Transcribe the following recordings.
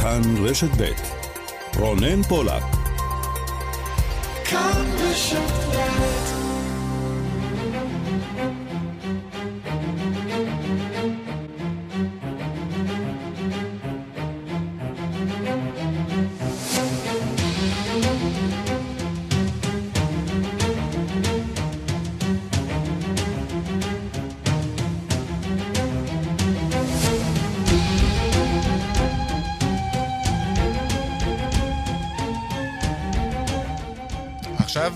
כאן רשת ב' רונן פולק. כאן רשת ב'. עכשיו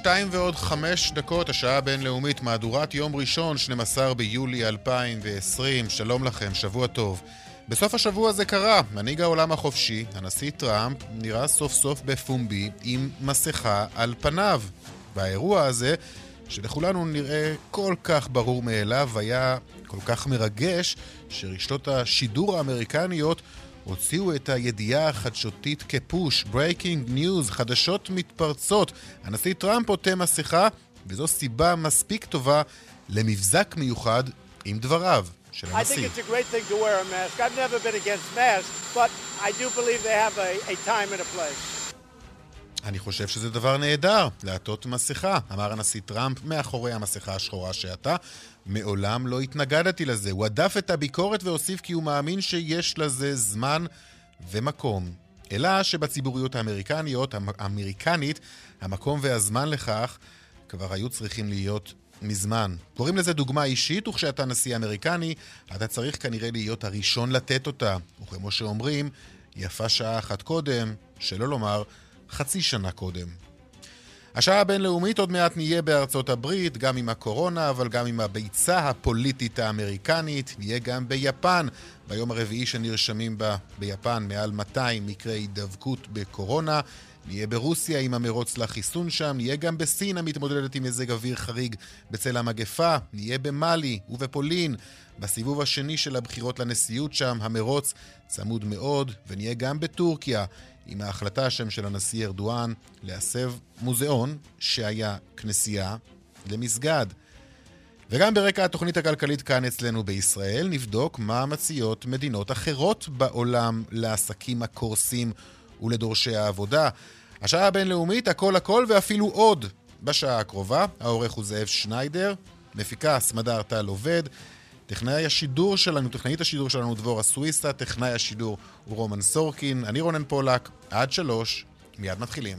2:05, השעה הבינלאומית, מהדורת יום ראשון, 12 ביולי 2020. שלום לכם, שבוע טוב. בסוף השבוע זה קרה, מנהיג העולם החופשי, הנשיא טראמפ, נראה סוף סוף בפומבי עם מסכה על פניו. והאירוע הזה, שלכולנו נראה כל כך ברור מאליו, היה כל כך מרגש, שרשתות השידור האמריקניות הוציאו את הידיעה החדשותית כפוש, breaking news, חדשות מתפרצות. הנשיא טראמפ עוטה מסכה, וזו סיבה מספיק טובה למבזק מיוחד עם דבריו של הנשיא. I think it's a great thing to wear a mask. I've never been against masks, but I do believe they have a time and a place. אני חושב שזה דבר נהדר, לעטות מסכה, אמר הנשיא טראמפ מאחורי המסכה השחורה שעתה. מעולם לא התנגדתי לזה. הוא עדף את הביקורת והוסיף כי הוא מאמין שיש לזה זמן ומקום. אלא שבציבוריות האמריקנית, המקום והזמן לכך כבר היו צריכים להיות מזמן. קוראים לזה דוגמה אישית, וכשאתה נשיא אמריקני, אתה צריך כנראה להיות הראשון לתת אותה. וכמו שאומרים, יפה שעה אחת קודם, שלא לומר חצי שנה קודם. השעה הבינלאומית עוד מעט נהיה בארצות הברית, גם עם הקורונה, אבל גם עם הביצה הפוליטית האמריקנית. נהיה גם ביפן, ביום הרביעי שנרשמים ביפן מעל 200 מקרי הידבקות בקורונה. נהיה ברוסיה עם המרוץ לחיסון שם. נהיה גם בסין המתמודדת עם מזג אוויר חריג בצל המגפה. נהיה במאלי ובפולין. בסיבוב השני של הבחירות לנשיאות שם המרוץ צמוד מאוד. ונהיה גם בטורקיה עם ההחלטה שם של הנשיא ארדואן להסב מוזיאון שהיה כנסייה למסגד. וגם ברקע התוכנית הכלכלית כאן אצלנו בישראל נבדוק מה מציעות מדינות אחרות בעולם לעסקים הקורסים ולדורשי העבודה. השעה הבינלאומית, הכל ואפילו עוד בשעה הקרובה. העורך הוא זאב שניידר, מפיקה סמדר טל עובד, טכנאית השידור שלנו דבורה סוויסה, טכנאי השידור הוא רומן סורקין, אני רונן פולק, עד 3, מיד מתחילים.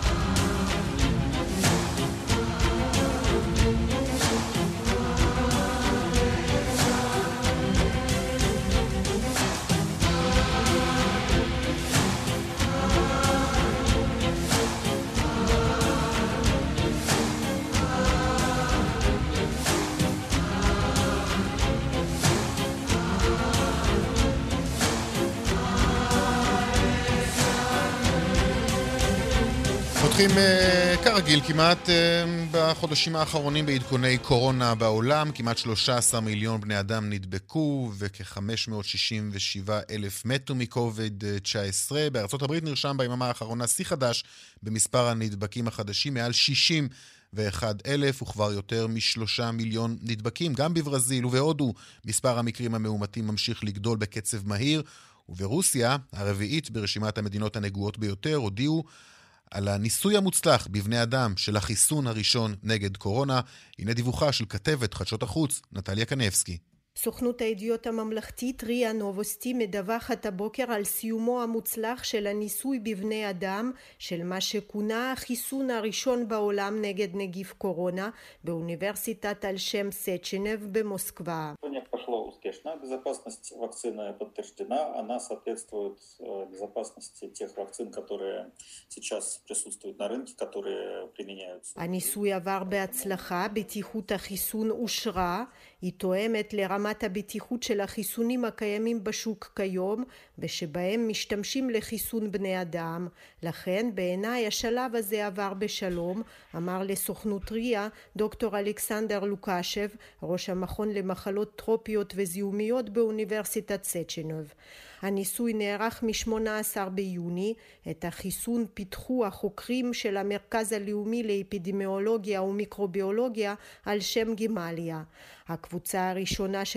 כרגיל, כמעט בחודשים האחרונים בעדכוני קורונה בעולם, כמעט 13 מיליון בני אדם נדבקו וכ-567,000 מתו מקוביד-19. בארצות הברית נרשם ביממה האחרונה שיא חדש במספר הנדבקים החדשים, מעל 61,000 וכבר יותר מ3 מיליון נדבקים. גם בברזיל ובהודו מספר המקרים המאומתים ממשיך לגדול בקצב מהיר, וברוסיה, הרביעית ברשימת המדינות הנגועות ביותר, הודיעו על הניסוי המוצלח בבני אדם של החיסון הראשון נגד קורונה. הנה דיווחה של כתבת חדשות החוץ, נטליה קנבסקי. סוכנות הידיעות הממלכתית ריאה נובוסטי מדווחת הבוקר על סיומו המוצלח של הניסוי בבני אדם של מה שכונה החיסון הראשון בעולם נגד נגיף קורונה באוניברסיטת על שם סצ'נב במוסקבה. Успешно. Безопасность вакцины подтверждена. Она соответствует безопасности тех вакцин, которые сейчас присутствуют на рынке, которые применяются. הניסוי עבר בהצלחה, בטיחות החיסון אושרה, היא תואמת לרמת הבטיחות של החיסונים הקיימים בשוק כיום, ושבהם משתמשים לחיסון בני אדם. לכן בעיניי השלב הזה עבר בשלום, אמר לסוכנות ריאה דוקטור אלכסנדר לוקשב, ראש המכון למחלות טרופיות וזיהומיות באוניברסיטת סצ'נוב. הניסוי נערך מ-18 ביוני. את החיסון פיתחו החוקרים של המרכז הלאומי לאפידמיולוגיה ומיקרוביולוגיה על שם גמליה. הקבוצה הראשונה של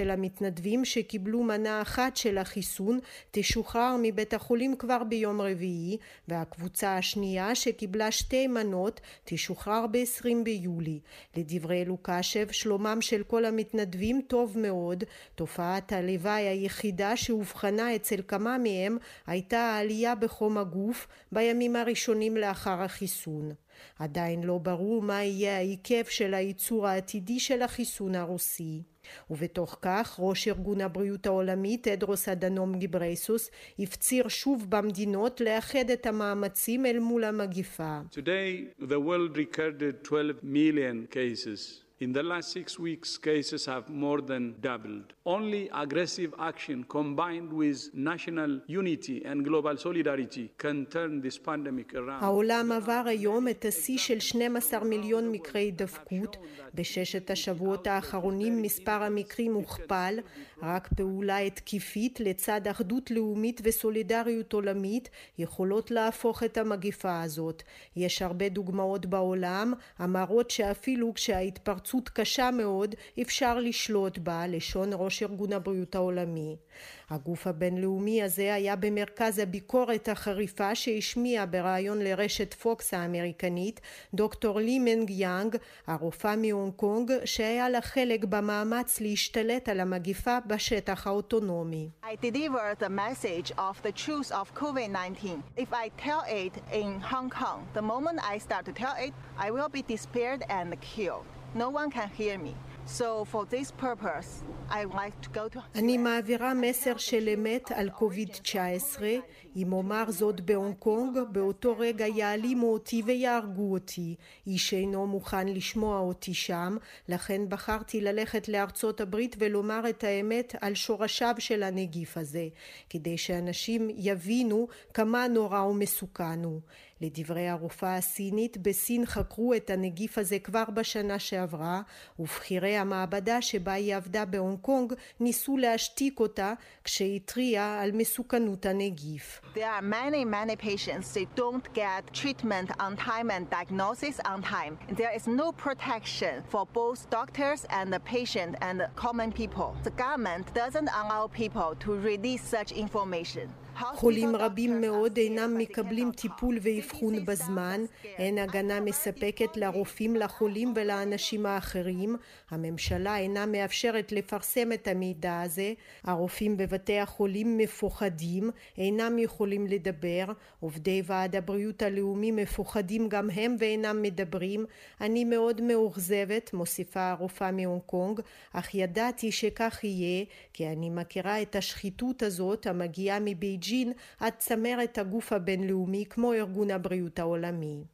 של המתנדבים שקיבלו מנה אחת של החיסון תשוחרר מבית החולים כבר ביום רביעי, והקבוצה השנייה שקיבלה 2 מנות תשוחרר ב-20 ביולי. לדברי לוקשב, שלומם של כל המתנדבים טוב מאוד. תופעת הלוואי היחידה שהובחנה אצל כמה מהם הייתה העלייה בחום הגוף בימים הראשונים לאחר החיסון. עדיין לא ברור מה יהיה ההיקף של הייצור העתידי של החיסון הרוסי. ובתוך כך, ראש ארגון הבריאות העולמי טדרוס אדנום גיברייסוס הפציר שוב במדינות לאחד את המאמצים אל מול המגיפה. Today the world recorded 12 million cases. In the last 6 weeks, cases have more than doubled. Only aggressive action combined with national unity and global solidarity can turn this pandemic around. העולם עבר היום את השיא של 12 מיליון מקרי דבקות. בששת השבועות האחרונים מספר המקרים הוכפל. רק פעולה התקיפית לצד אחדות לאומית וסולידריות עולמית יכולות להפוך את המגיפה הזאת. יש הרבה דוגמאות בעולם המראות שאפילו כשההתפרצות קשה מאוד אפשר לשלוט בה, לשון ראש ארגון הבריאות העולמי. הגוף הבינלאומי הזה היה במרכז הביקורת החריפה שהשמיע בראיון לרשת פוקס האמריקנית דוקטור לי מנג יאנג, הרופאה מהונג קונג שהיה לה חלק במאמץ להשתלט על המגיפה בשטח האוטונומי. I deliver the message of the truth of COVID-19. If I tell it in Hong Kong, the moment I start to tell it, I will be disappeared and killed. No one can hear me. So for this purpose, I like to go to... אני מעבירה מסר של אמת על COVID-19. אם אומר זאת בהונג קונג, באותו רגע יעלימו אותי ויהרגו אותי. איש אינו מוכן לשמוע אותי שם, לכן בחרתי ללכת לארצות הברית ולומר את האמת על שורשיו של הנגיף הזה, כדי שאנשים יבינו כמה נורא ומסוכן הוא. לדברי הרופאה הסינית, בסין חקרו את הנגיף הזה כבר בשנה שעברה, ובחירי המעבדה שבה היא עבדה בהונג קונג ניסו להשתיק אותה כשהתריעה על מסוכנות הנגיף. There are many patients they don't get treatment on time and diagnosis on time. There is no protection for both doctors and the patient and the common people. The government doesn't allow people to release such information. חולים רבים מאוד אינם מקבלים טיפול ואבחון בזמן, אין הגנה מספקת לרופאים, לחולים ולאנשים האחרים. הממשלה אינה מאפשרת לפרסם את המידע הזה. הרופאים בבתי החולים מפוחדים, אינם יכולים לדבר. עובדי ועד הבריאות הלאומי מפוחדים גם הם ואינם מדברים. אני מאוד מאוכזבת, מוסיפה הרופאה מהונג קונג, אך ידעתי שכך יהיה, כי אני מכירה את השחיתות הזאת המגיעה מבייג'ין עד צמרת הגוף הבינלאומי כמו ארגון הבריאות העולמי.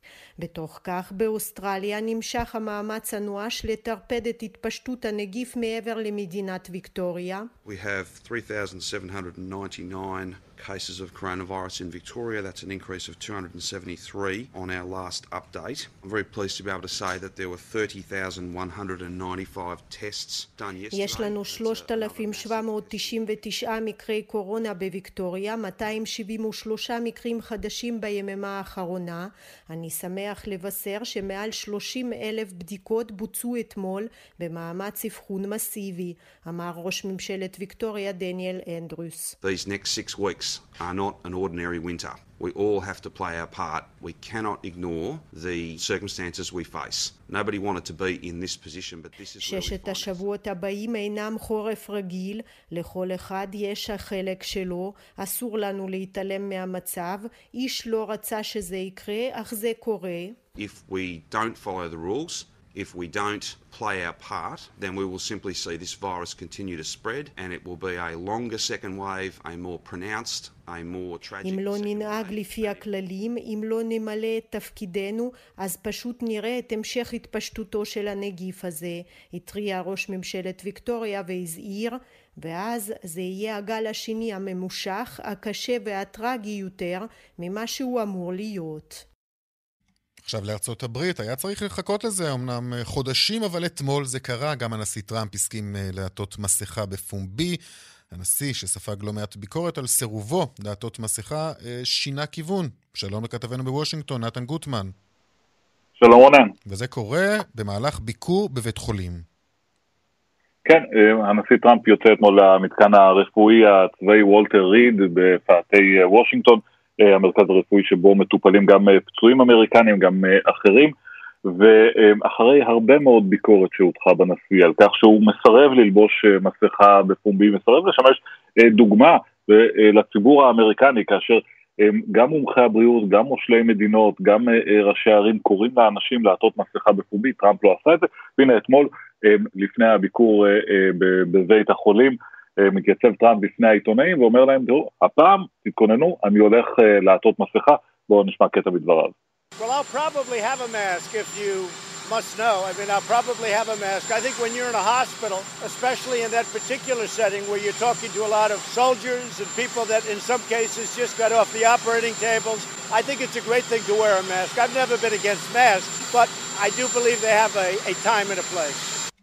בתוך כך, באוסטרליה נמשך המאמץ הנואש לטרפד את התפשטות הנגיף מעבר למדינת ויקטוריה. We have 3,799 cases of coronavirus in Victoria. That's an increase of 273 on our last update. I'm very pleased to be able to say that there were 30,195 tests done yesterday. יש לנו 3,799 מקרי קורונה בוויקטוריה, 273 מקרים חדשים ביממה האחרונה. אני שמח לבשר שמעל 30,000 בדיקות בוצעו אתמול במאמץ אבחון מסיבי, אמר ראש ממשלת ויקטוריה דניאל אנדרוס. These next 6 weeks are not an ordinary winter. We all have to play our part. We cannot ignore the circumstances we face. Nobody wanted to be in this position, but this is where we ששת find השבועות הבאים אינם חורף רגיל, לכל אחד יש החלק שלו, אסור לנו להתעלם מהמצב, איש לא רצה שזה יקרה, אך זה קורה. If we don't follow the rules, if we don't play our part, then we will simply see this virus continue to spread, and it will be a longer second wave, a more pronounced, a more tragic אם לא second ננהג wave. לפי הכללים, אם לא נמלא את תפקידנו, אז פשוט נראה את המשך התפשטותו של הנגיף הזה, התריע ראש ממשלת ויקטוריה והזהיר, ואז זה יהיה הגל השני הממושך, הקשה והטרגי יותר ממה שהוא אמור להיות. עכשיו לארצות הברית, היה צריך לחכות לזה אמנם חודשים, אבל אתמול זה קרה, גם הנשיא טראמפ הסכים לעטות מסכה בפומבי. הנשיא שספג לא מעט ביקורת על סירובו לעטות מסכה שינה כיוון. שלום לכתבנו בוושינגטון, נתן גוטמן. שלום רונן. וזה קורה במהלך ביקור בבית חולים. כן, הנשיא טראמפ יוצא אתמול למתקן הרפואי הצבאי וולטר ריד בפאתי וושינגטון, המרכז הרפואי שבו מטופלים גם פצועים אמריקנים, גם אחרים, ואחרי הרבה מאוד ביקורת שהוטחה בנשיא על כך שהוא מסרב ללבוש מסכה בפומבי, מסרב לשמש דוגמה לציבור האמריקני, כאשר גם מומחי הבריאות, גם מושלי מדינות, גם ראשי הערים קוראים לאנשים לעטות מסכה בפומבי, טראמפ לא עשה את זה, והנה אתמול לפני הביקור בבית החולים, מתייצב טראמפ בפני העיתונאים ואומר להם, תראו, הפעם תתכוננו, אני הולך לעטות מסכה, בואו נשמע קטע בדבריו. Well, I'll probably have a mask if you must know. I mean, I'll probably have a mask. I think when you're in a hospital, especially in that particular setting where you're talking to a lot of soldiers and people that in some cases just got off the operating tables, I think it's a great thing to wear a mask. I've never been against masks, but I do believe they have a time and a place.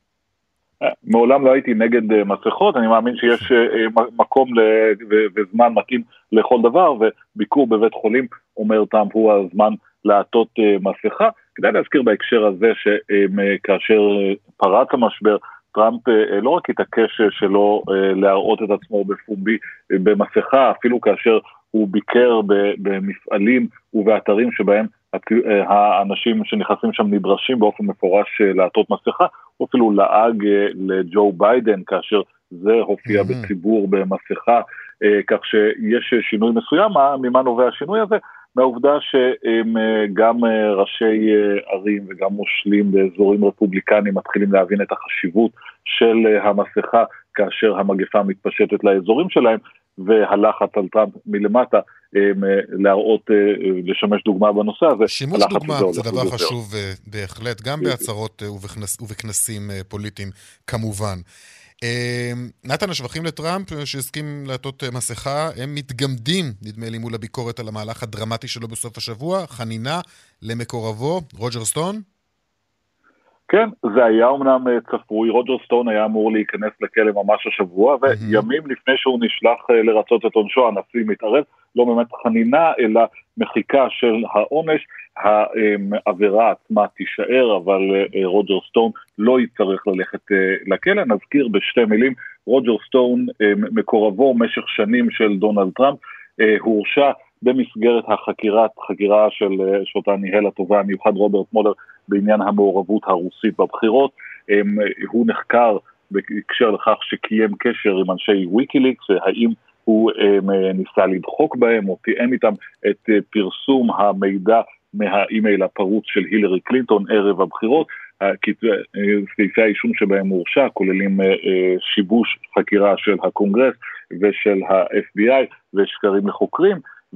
מעולם לא הייתי נגד מסכות, אני מאמין שיש מקום וזמן מתאים לכל דבר, וביקור בבית חולים, אומר טראמפ, הוא הזמן לעטות מסכה. כדאי להזכיר בהקשר הזה שכאשר פרץ המשבר, טראמפ לא רק התעקש שלא להראות את עצמו בפומבי במסכה, אפילו כאשר הוא ביקר במפעלים ובאתרים שבהם האנשים שנכנסים שם נדרשים באופן מפורש לעטות מסכה, הוא אפילו לעג לג'ו ביידן כאשר זה הופיע בציבור במסכה, כך שיש שינוי מסוים. ממה נובע השינוי הזה? מהעובדה שגם ראשי ערים וגם מושלים באזורים רפובליקניים מתחילים להבין את החשיבות של המסכה כאשר המגפה מתפשטת לאזורים שלהם, והלחץ על טראמפ מלמטה להראות, לשמש דוגמה בנושא הזה. שימוש דוגמה זה דבר חשוב בהחלט, גם בהצהרות ובכנסים פוליטיים כמובן. נתן, השבחים לטראמפ שהסכים לעטות מסכה, הם מתגמדים, נדמה לי, מול הביקורת על המהלך הדרמטי שלו בסוף השבוע, חנינה למקורבו, רוג'ר סטון? כן, זה היה אומנם צפוי, רוג'ר סטון היה אמור להיכנס לכלא ממש השבוע, וימים לפני שהוא נשלח לרצות את עונשו, הנשיא מתערב, לא באמת חנינה, אלא מחיקה של העונש, העבירה עצמה תישאר, אבל רוג'ר סטון לא יצטרך ללכת לכלא. נזכיר בשתי מילים, רוג'ר סטון, מקורבו משך שנים של דונלד טראמפ, הורשע במסגרת חקירה שאותה ניהל התובע המיוחד רוברט מולר בעניין המעורבות הרוסית בבחירות. הוא נחקר בהקשר לכך שקיים קשר עם אנשי ויקיליקס, האם הוא ניסה לדחוק בהם או תיאם איתם את פרסום המידע מהאימייל הפרוץ של הילרי קלינטון ערב הבחירות. סעיפי האישום שבהם הורשע כוללים שיבוש חקירה של הקונגרס ושל ה-FBI ושקרים לחוקרים,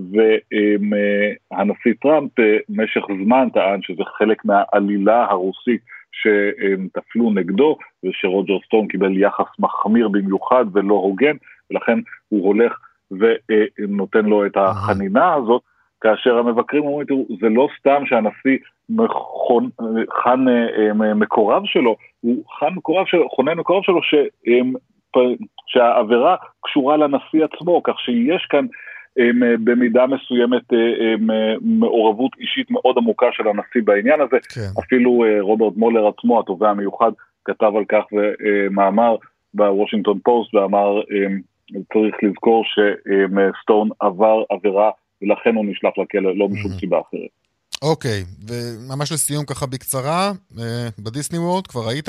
והנשיא טראמפ משך זמן טען שזה חלק מהעלילה הרוסית שטפלו נגדו, ושרוג'ר סטון קיבל יחס מחמיר במיוחד ולא הוגן, ולכן הוא הולך ונותן לו את החנינה הזאת, כאשר המבקרים אומרים, תראו, זה לא סתם שהנשיא חן מקורב שלו, הוא חונן מקורב שלו שהעבירה קשורה לנשיא עצמו, כך שיש כאן במידה מסוימת מעורבות אישית מאוד עמוקה של הנשיא בעניין הזה. כן. אפילו רוברט מולר עצמו, התובע המיוחד, כתב על כך מאמר בוושינגטון פוסט, ואמר צריך לזכור שסטון עבר עבירה ולכן הוא נשלח לכלא, לא משום סיבה אחרת. אוקיי, וממש לסיום ככה בקצרה, בדיסני וורד כבר ראית?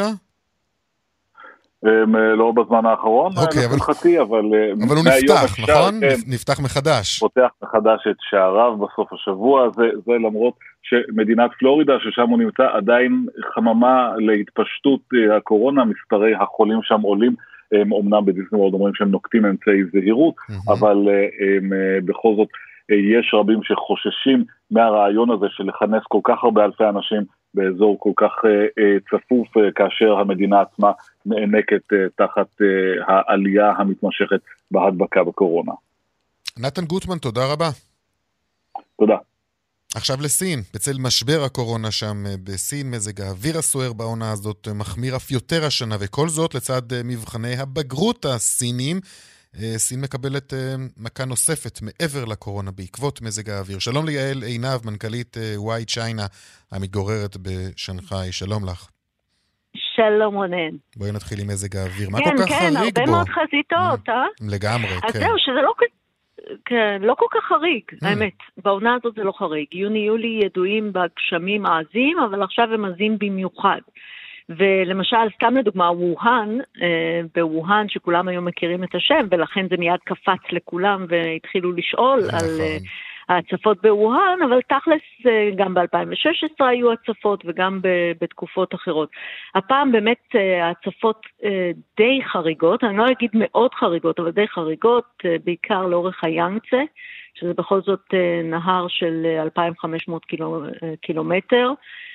לא בזמן האחרון, אבל הוא נפתח, נכון? נפתח מחדש. פותח מחדש את שעריו בסוף השבוע, זה למרות שמדינת פלורידה, ששם הוא נמצא, עדיין חממה להתפשטות הקורונה, מספרי החולים שם עולים, אמנם בדיסני וורד אומרים שהם נוקטים אמצעי זהירות, אבל בכל זאת יש רבים שחוששים מהרעיון הזה של לכנס כל כך הרבה אלפי אנשים באזור כל כך צפוף, כאשר המדינה עצמה נאנקת תחת העלייה המתמשכת בהדבקה בקורונה. נתן גוטמן, תודה רבה. תודה. עכשיו לסין, בצל משבר הקורונה שם בסין, מזג האוויר הסוער בעונה הזאת מחמיר אף יותר השנה, וכל זאת לצד מבחני הבגרות הסיניים. סין מקבלת מכה נוספת מעבר לקורונה בעקבות מזג האוויר. שלום ליעל עינב, מנכ"לית וואי צ'יינה המתגוררת בשנגחאי, שלום לך. שלום רונן. בואי נתחיל עם מזג האוויר. מה כן, כל כך כן, חריג בו? הרבה מאוד חזיתות, לגמרי, אז כן. זהו, שזה לא כל כך חריג, האמת. בעונה הזאת זה לא חריג. יוני-יולי ידועים בגשמים העזים, אבל עכשיו הם עזים במיוחד. ולמשל, סתם לדוגמה, בווהאן, שכולם היום מכירים את השם, ולכן זה מיד קפץ לכולם והתחילו לשאול על ההצפות בווהאן, אבל תכלס גם ב-2016 היו הצפות וגם בתקופות אחרות. הפעם באמת ההצפות די חריגות, אני לא אגיד מאוד חריגות, אבל די חריגות, בעיקר לאורך היאנגצה, שזה בכל זאת נהר של 2,500 קילומטר,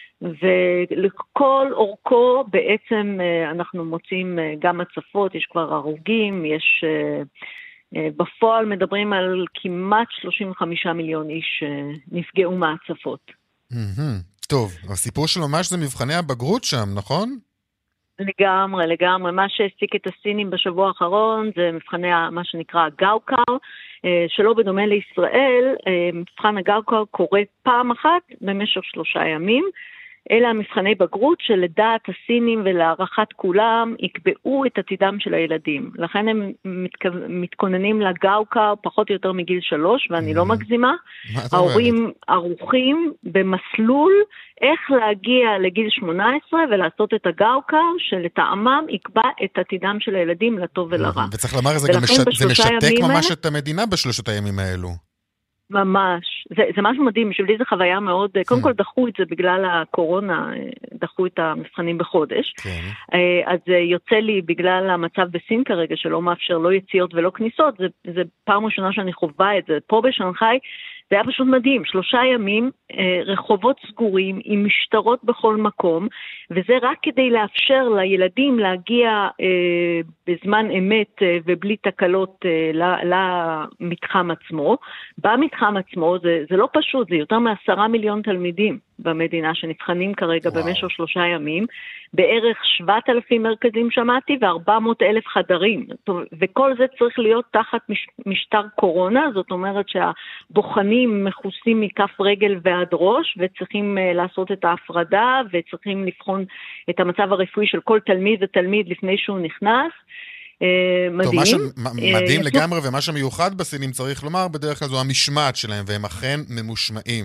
ולכל אורכו בעצם אנחנו מוצאים גם הצפות, יש כבר הרוגים, יש בפועל מדברים על כמעט 35 מיליון איש נפגעו מהצפות. טוב, הסיפור של ממש זה מבחני הבגרות שם, נכון? לגמרי, לגמרי. מה שהעסיק את הסינים בשבוע האחרון זה מבחני מה שנקרא גאוקר, שלא בדומה לישראל, מבחן הגאוקר קורה פעם אחת במשך 3 ימים, אלה המבחני בגרות שלדעת הסינים ולהערכת כולם יקבעו את עתידם של הילדים. לכן הם מתכוננים לגאוקר פחות או יותר מגיל 3, ואני לא מגזימה. ההורים ערוכים במסלול איך להגיע לגיל 18 ולעשות את הגאוקר שלטעמם יקבע את עתידם של הילדים לטוב ולרע. וצריך לומר, זה משתק ממש את המדינה בשלושת הימים האלו. ממש, זה משהו מדהים, בשבילי זה חוויה מאוד, קודם כל דחו את זה בגלל הקורונה, דחו את המבחנים בחודש, אז יוצא לי בגלל המצב בסין כרגע שלא מאפשר לא יציאות ולא כניסות, זה פעם ראשונה שאני חווה את זה, פה בשנגחאי זה היה פשוט מדהים, 3 ימים, רחובות סגורים עם משטרות בכל מקום, וזה רק כדי לאפשר לילדים להגיע בזמן אמת ובלי תקלות למתחם עצמו. במתחם עצמו זה לא פשוט, זה יותר מ10 מיליון תלמידים במדינה שנבחנים כרגע במשך 3 ימים, בערך 7,000 מרכזים שמעתי ו400,000 חדרים, וכל זה צריך להיות תחת משטר קורונה, זאת אומרת שהבוחנים מכוסים מכף רגל ועד ראש, וצריכים לעשות את ההפרדה, וצריכים לבחון את המצב הרפואי של כל תלמיד ותלמיד לפני שהוא נכנס. מדהים. מדהים לגמרי, ומה שמיוחד בסינים צריך לומר, בדרך כלל זו המשמעת שלהם, והם אכן ממושמעים.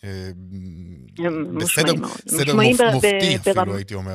בסדר מופתי אפילו הייתי אומר.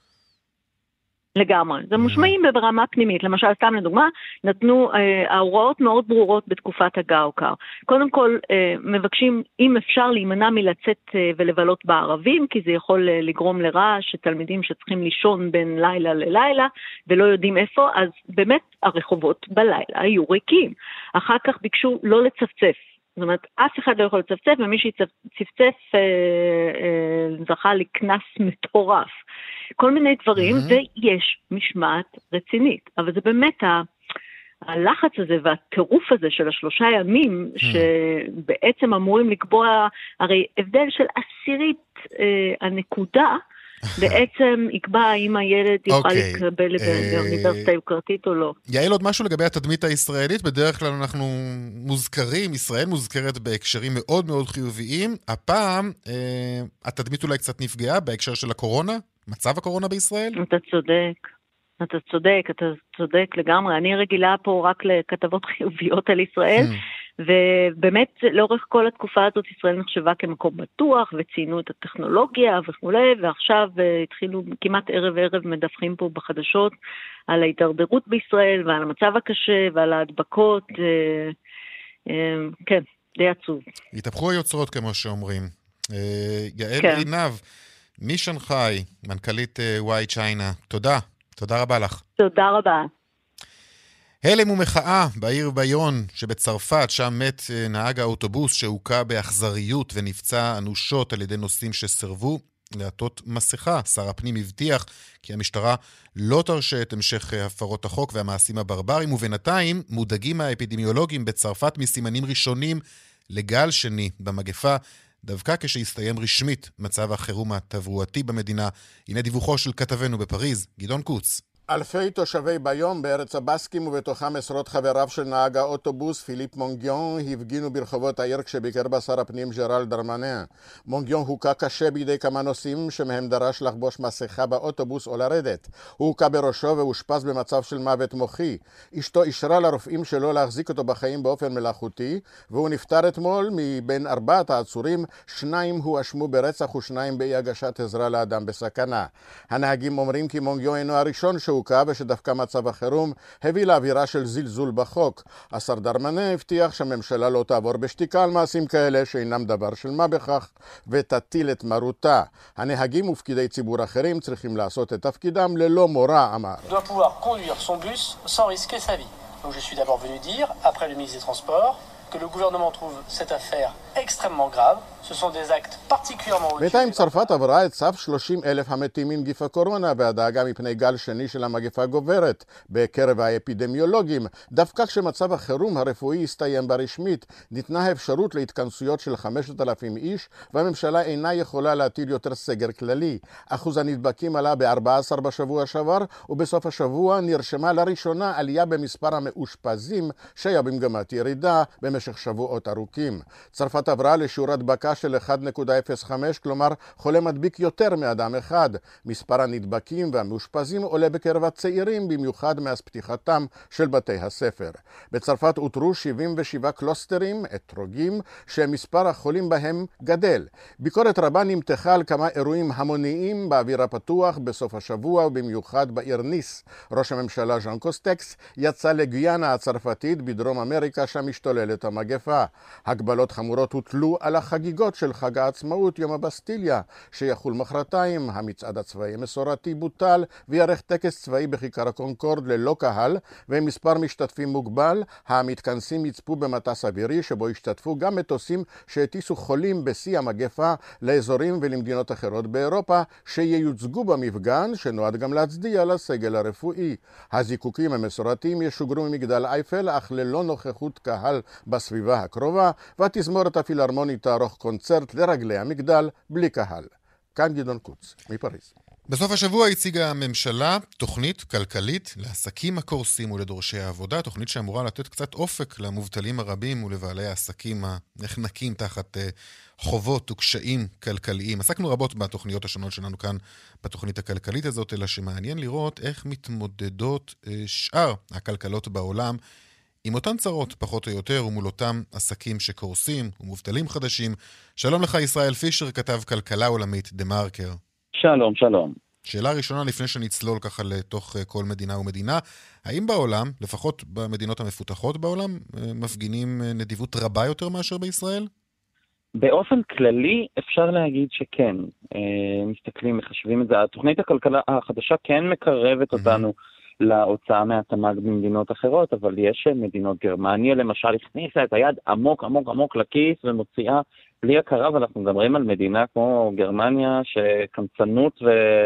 לגמרי, זה מושמעים ברמה פנימית, למשל סתם לדוגמה, נתנו ההוראות מאוד ברורות בתקופת הגאוקר. קודם כל מבקשים אם אפשר להימנע מלצאת ולבלות בערבים, כי זה יכול לגרום לרעש שתלמידים שצריכים לישון בין לילה ללילה ולא יודעים איפה, אז באמת הרחובות בלילה היו ריקים. אחר כך ביקשו לא לצפצף. זאת אומרת, אף אחד לא יכול לצפצף, ומי שצפצף זכה לקנס מטורף. כל מיני דברים, ויש משמעת רצינית. אבל זה באמת הלחץ הזה והטירוף הזה של 3 ימים, שבעצם אמורים לקבוע, הרי הבדל של 10th הנקודה, בעצם יקבע האם הילד יוכל לקבל באוניברסיטה יוקרתית או לא. יעל, עוד משהו לגבי התדמית הישראלית, בדרך כלל אנחנו מוזכרים, ישראל מוזכרת בהקשרים מאוד מאוד חיוביים, הפעם התדמית אולי קצת נפגעה בהקשר של הקורונה, מצב הקורונה בישראל? אתה צודק לגמרי, אני רגילה פה רק לכתבות חיוביות על ישראל, ובאמת לאורך כל התקופה הזאת ישראל נחשבה כמקום בטוח, וציינו את הטכנולוגיה וכו', ועכשיו התחילו כמעט ערב מדווחים פה בחדשות על ההתדרדרות בישראל, ועל המצב הקשה, ועל ההדבקות, כן, די עצוב. התהפכו היוצרות כמו שאומרים. יעל עינב, משנגחאי, מנכ"לית וואי צ'יינה, תודה רבה לך. תודה רבה. הלם ומחאה בעיר ביון שבצרפת, שם מת נהג האוטובוס שהוקע באכזריות ונפצע אנושות על ידי נוסעים שסרבו לעטות מסכה. שר הפנים הבטיח כי המשטרה לא תרשה את המשך הפרות החוק והמעשים הברברים, ובינתיים מודאגים האפידמיולוגים בצרפת מסימנים ראשונים לגל שני במגפה, דווקא כשהסתיים רשמית מצב החירום התברואתי במדינה. הנה דיווחו של כתבנו בפריז, גדעון קוץ. אלפי תושבי ביום בארץ הבסקים ובתוכם עשרות חבריו של נהג האוטובוס פיליפ מונגיון הפגינו ברחובות העיר כשביקר בה שר הפנים ג'רל דרמנן. מונגיון הוכה קשה בידי כמה נוסעים שמהם דרש לחבוש מסכה באוטובוס או לרדת. הוא הוכה בראשו והושפז במצב של מוות מוחי. אשתו אישרה לרופאים שלו להחזיק אותו בחיים באופן מלאכותי, והוא נפטר אתמול. מבין 4 העצורים 2 הואשמו ברצח ו2 באי הגשת עזרה לאדם בסכנה. הנהגים אומרים כי מונגיון אינו הראשון שהוקע ושדווקא מצב החירום הביא לאווירה של זלזול בחוק. השר דרמנן הבטיח שהממשלה לא תעבור בשתיקה על מעשים כאלה שאינם דבר של מה בכך ותטיל את מרותה. הנהגים ופקידי ציבור אחרים צריכים לעשות את תפקידם ללא מורא, אמר. doit pouvoir conduire son bus sans risquer sa vie. Donc je suis d'abord venu dire, après le ministre des Transports, que le gouvernement trouve cette affaire extrêmement grave. Ce sont des actes particulièrement... בינתיים צרפת עברה את סף 30,000 המתים מנגיף הקורונה, והדאגה מפני גל שני של המגפה גוברת בקרב האפידמיולוגים. דווקא כשמצב החירום הרפואי הסתיים ברשמית, ניתנה האפשרות להתכנסויות של 5,000 איש, והממשלה אינה יכולה להטיל יותר סגר כללי. אחוז הנדבקים עלה ב-14 בשבוע שעבר, ובסוף השבוע נרשמה לראשונה עלייה במספר המאושפזים, שהיה במגמת ירידה במשך שבועות ארוכים. צרפת עברה לשיעור הדבקה של 1.05, כלומר חולה מדביק יותר מאדם אחד. מספר הנדבקים והמאושפזים עולה בקרב הצעירים, במיוחד מאז פתיחתם של בתי הספר. בצרפת אותרו 77 קלוסטרים, אתרוגים, שמספר החולים בהם גדל. ביקורת רבה נמתחה על כמה אירועים המוניים באוויר הפתוח בסוף השבוע, ובמיוחד בעיר ניס. ראש הממשלה ז'אן קוסטקס יצא לגיאנה הצרפתית בדרום אמריקה, שם משתוללת המגפה. הגבלות חמורות הוטלו על החגיגות של חג העצמאות, יום הבסטיליה, שיחול מחרתיים. המצעד הצבאי המסורתי בוטל, ויערך טקס צבאי בכיכר הקונקורד ללא קהל, ומספר משתתפים מוגבל. המתכנסים יצפו במטס אווירי, שבו השתתפו גם מטוסים שהטיסו חולים בשיא המגפה לאזורים ולמדינות אחרות באירופה, שייוצגו במפגן, שנועד גם להצדיע לסגל הרפואי. הזיקוקים המסורתיים ישוגרו ממגדל אייפל, אך ללא נוכחות קהל בסביבה הקרובה, והתזמורת הפילהרמונית תערוך קונצרט לרגלי המגדל בלי קהל. כאן גדעון קוץ, מפריז. בסוף השבוע הציגה הממשלה תוכנית כלכלית לעסקים הקורסים ולדורשי העבודה, תוכנית שאמורה לתת קצת אופק למובטלים הרבים ולבעלי העסקים הנחנקים תחת חובות וקשיים כלכליים. עסקנו רבות בתוכניות השונות שלנו כאן בתוכנית הכלכלית הזאת, אלא שמעניין לראות איך מתמודדות שאר הכלכלות בעולם עם אותן צרות פחות או יותר, ומול אותם עסקים שקורסים ומובטלים חדשים. שלום לך ישראל פישר, כתב כלכלה עולמית דה מרקר. שלום, שלום. שאלה ראשונה לפני שנצלול ככה לתוך כל מדינה ומדינה, האם בעולם, לפחות במדינות המפותחות בעולם, מפגינים נדיבות רבה יותר מאשר בישראל? באופן כללי אפשר להגיד שכן. מסתכלים, מחשבים את זה. התוכנית הכלכלה החדשה כן מקרבת אותנו להוצאה מהתמ"ג במדינות אחרות, אבל יש מדינות, גרמניה למשל הכניסה את היד עמוק עמוק עמוק לכיס ומוציאה בלי הכרה, ואנחנו מדברים על מדינה כמו גרמניה שקמצנות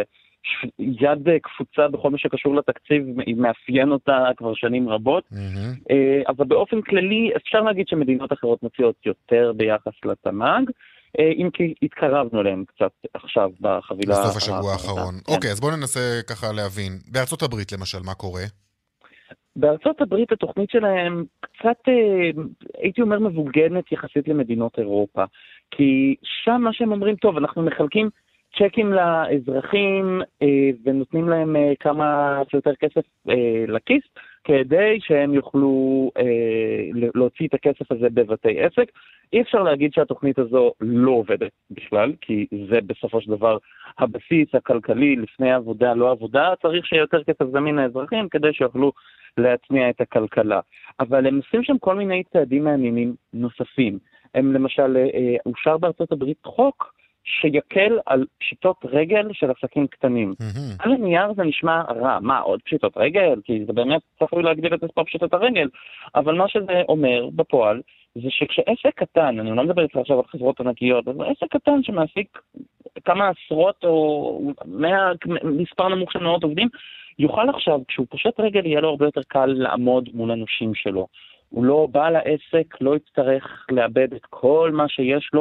ויד קפוצה בכל מה שקשור לתקציב מאפיין אותה כבר שנים רבות. אבל באופן כללי אפשר להגיד שמדינות אחרות מוציאות יותר ביחס לתמ"ג, אם כי התקרבנו להם קצת עכשיו בחבילה. בסוף השבוע האחרון. אוקיי, אז בואו ננסה ככה להבין. בארצות הברית למשל, מה קורה? בארצות הברית התוכנית שלהם קצת, הייתי אומר, מבוגנת יחסית למדינות אירופה. כי שם מה שהם אומרים, טוב, אנחנו מחלקים צ'קים לאזרחים ונותנים להם כמה שיותר כסף לכיס, כדי שהם יוכלו להוציא את הכסף הזה בבתי עסק. אי אפשר להגיד שהתוכנית הזו לא עובדת בכלל, כי זה בסופו של דבר הבסיס הכלכלי לפני עבודה, לא עבודה, צריך שיהיה יותר כסף זמין לאזרחים כדי שיוכלו להצמיע את הכלכלה. אבל הם עושים שם כל מיני צעדים מעניינים נוספים. הם למשל, אושר בארצות הברית חוק שיקל על פשיטות רגל של עסקים קטנים. על הנייר זה נשמע רע. מה, עוד פשיטות רגל? כי זה באמת צריך להגדיר את מספר פשיטות הרגל. אבל מה שזה אומר בפועל, זה שכשעסק קטן, אני לא מדבר איתך עכשיו על חברות ענקיות, אבל עסק קטן שמעסיק כמה עשרות או מספר נמוך של מאות עובדים, יוכל עכשיו, כשהוא פושט רגל, יהיה לו הרבה יותר קל לעמוד מול אנושים שלו. הוא לא בא לעסק, לא יצטרך לאבד את כל מה שיש לו,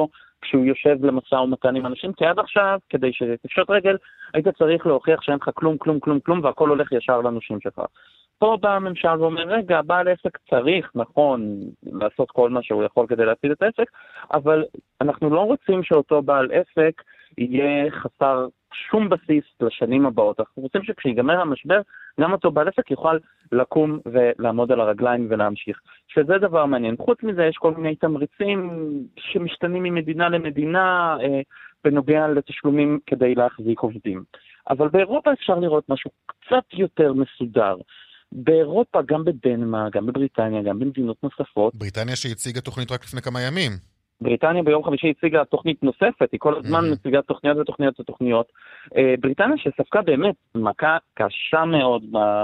כשהוא יושב למשא ומתן עם אנשים, כי עד עכשיו, כדי שתפשוט רגל, היית צריך להוכיח שאין לך כלום, כלום, כלום, כלום, והכל הולך ישר לנושים שלך. פה בא הממשל ואומר, רגע, בעל עסק צריך, נכון, לעשות כל מה שהוא יכול כדי להציל את העסק, אבל אנחנו לא רוצים שאותו בעל עסק יהיה חסר שום בסיס לשנים הבאות. אנחנו רוצים שכשיגמר המשבר, גם אותו בעל עסק יוכל לקום ולעמוד על הרגליים ולהמשיך. שזה דבר מעניין. חוץ מזה, יש כל מיני תמריצים שמשתנים ממדינה למדינה, בנוגע לתשלומים כדי להחזיק עובדים. אבל באירופה אפשר לראות משהו קצת יותר מסודר. באירופה, גם בדנמרק, גם בבריטניה, גם במדינות נוספות. בריטניה שהציגה תוכנית רק לפני כמה ימים. בריטניה ביום חמישי הציגה תוכנית נוספת, היא כל הזמן מציגה תוכניות ותוכניות ותוכניות. בריטניה שספקה באמת מכה קשה מאוד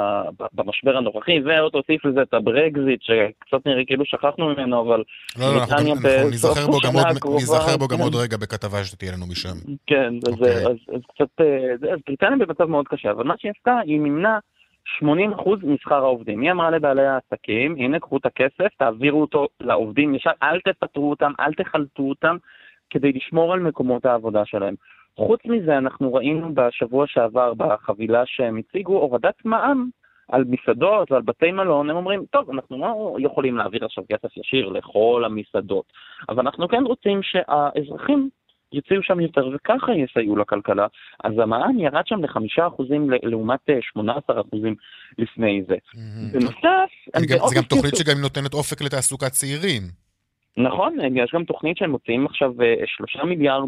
במשבר הנוכחי, ועוד הוסיף לזה את הברקזיט, שקצת נראה כאילו שכחנו ממנו, אבל בריטניה נזכר בו גם עוד רגע בכתבה שתהיה לנו משם. כן, אז קצת, אז בריטניה במצב מאוד קשה, אבל מה שהיא עשתה, היא נמנע 80% משכר העובדים. היא אמרה לבעלי העסקים, הנה קחו את הכסף, תעבירו אותו לעובדים ישר, אל תפטרו אותם, אל תחלטו אותם, כדי לשמור על מקומות העבודה שלהם. חוץ מזה, אנחנו ראינו בשבוע שעבר בחבילה שהם הציגו, הורדת מע"מ על מסעדות ועל בתי מלון. הם אומרים, טוב, אנחנו לא יכולים להעביר עכשיו כסף ישיר לכל המסעדות, אבל אנחנו כן רוצים שהאזרחים יציעו שם יותר, וככה יסייעו לכלכלה. אז המע"מ ירד שם ל5% לעומת 18% לפני זה. בנוסף, זה גם תוכנית שגם נותנת אופק לתעסוקת צעירים. נכון, יש גם תוכנית שהם מוציאים עכשיו 3 מיליארד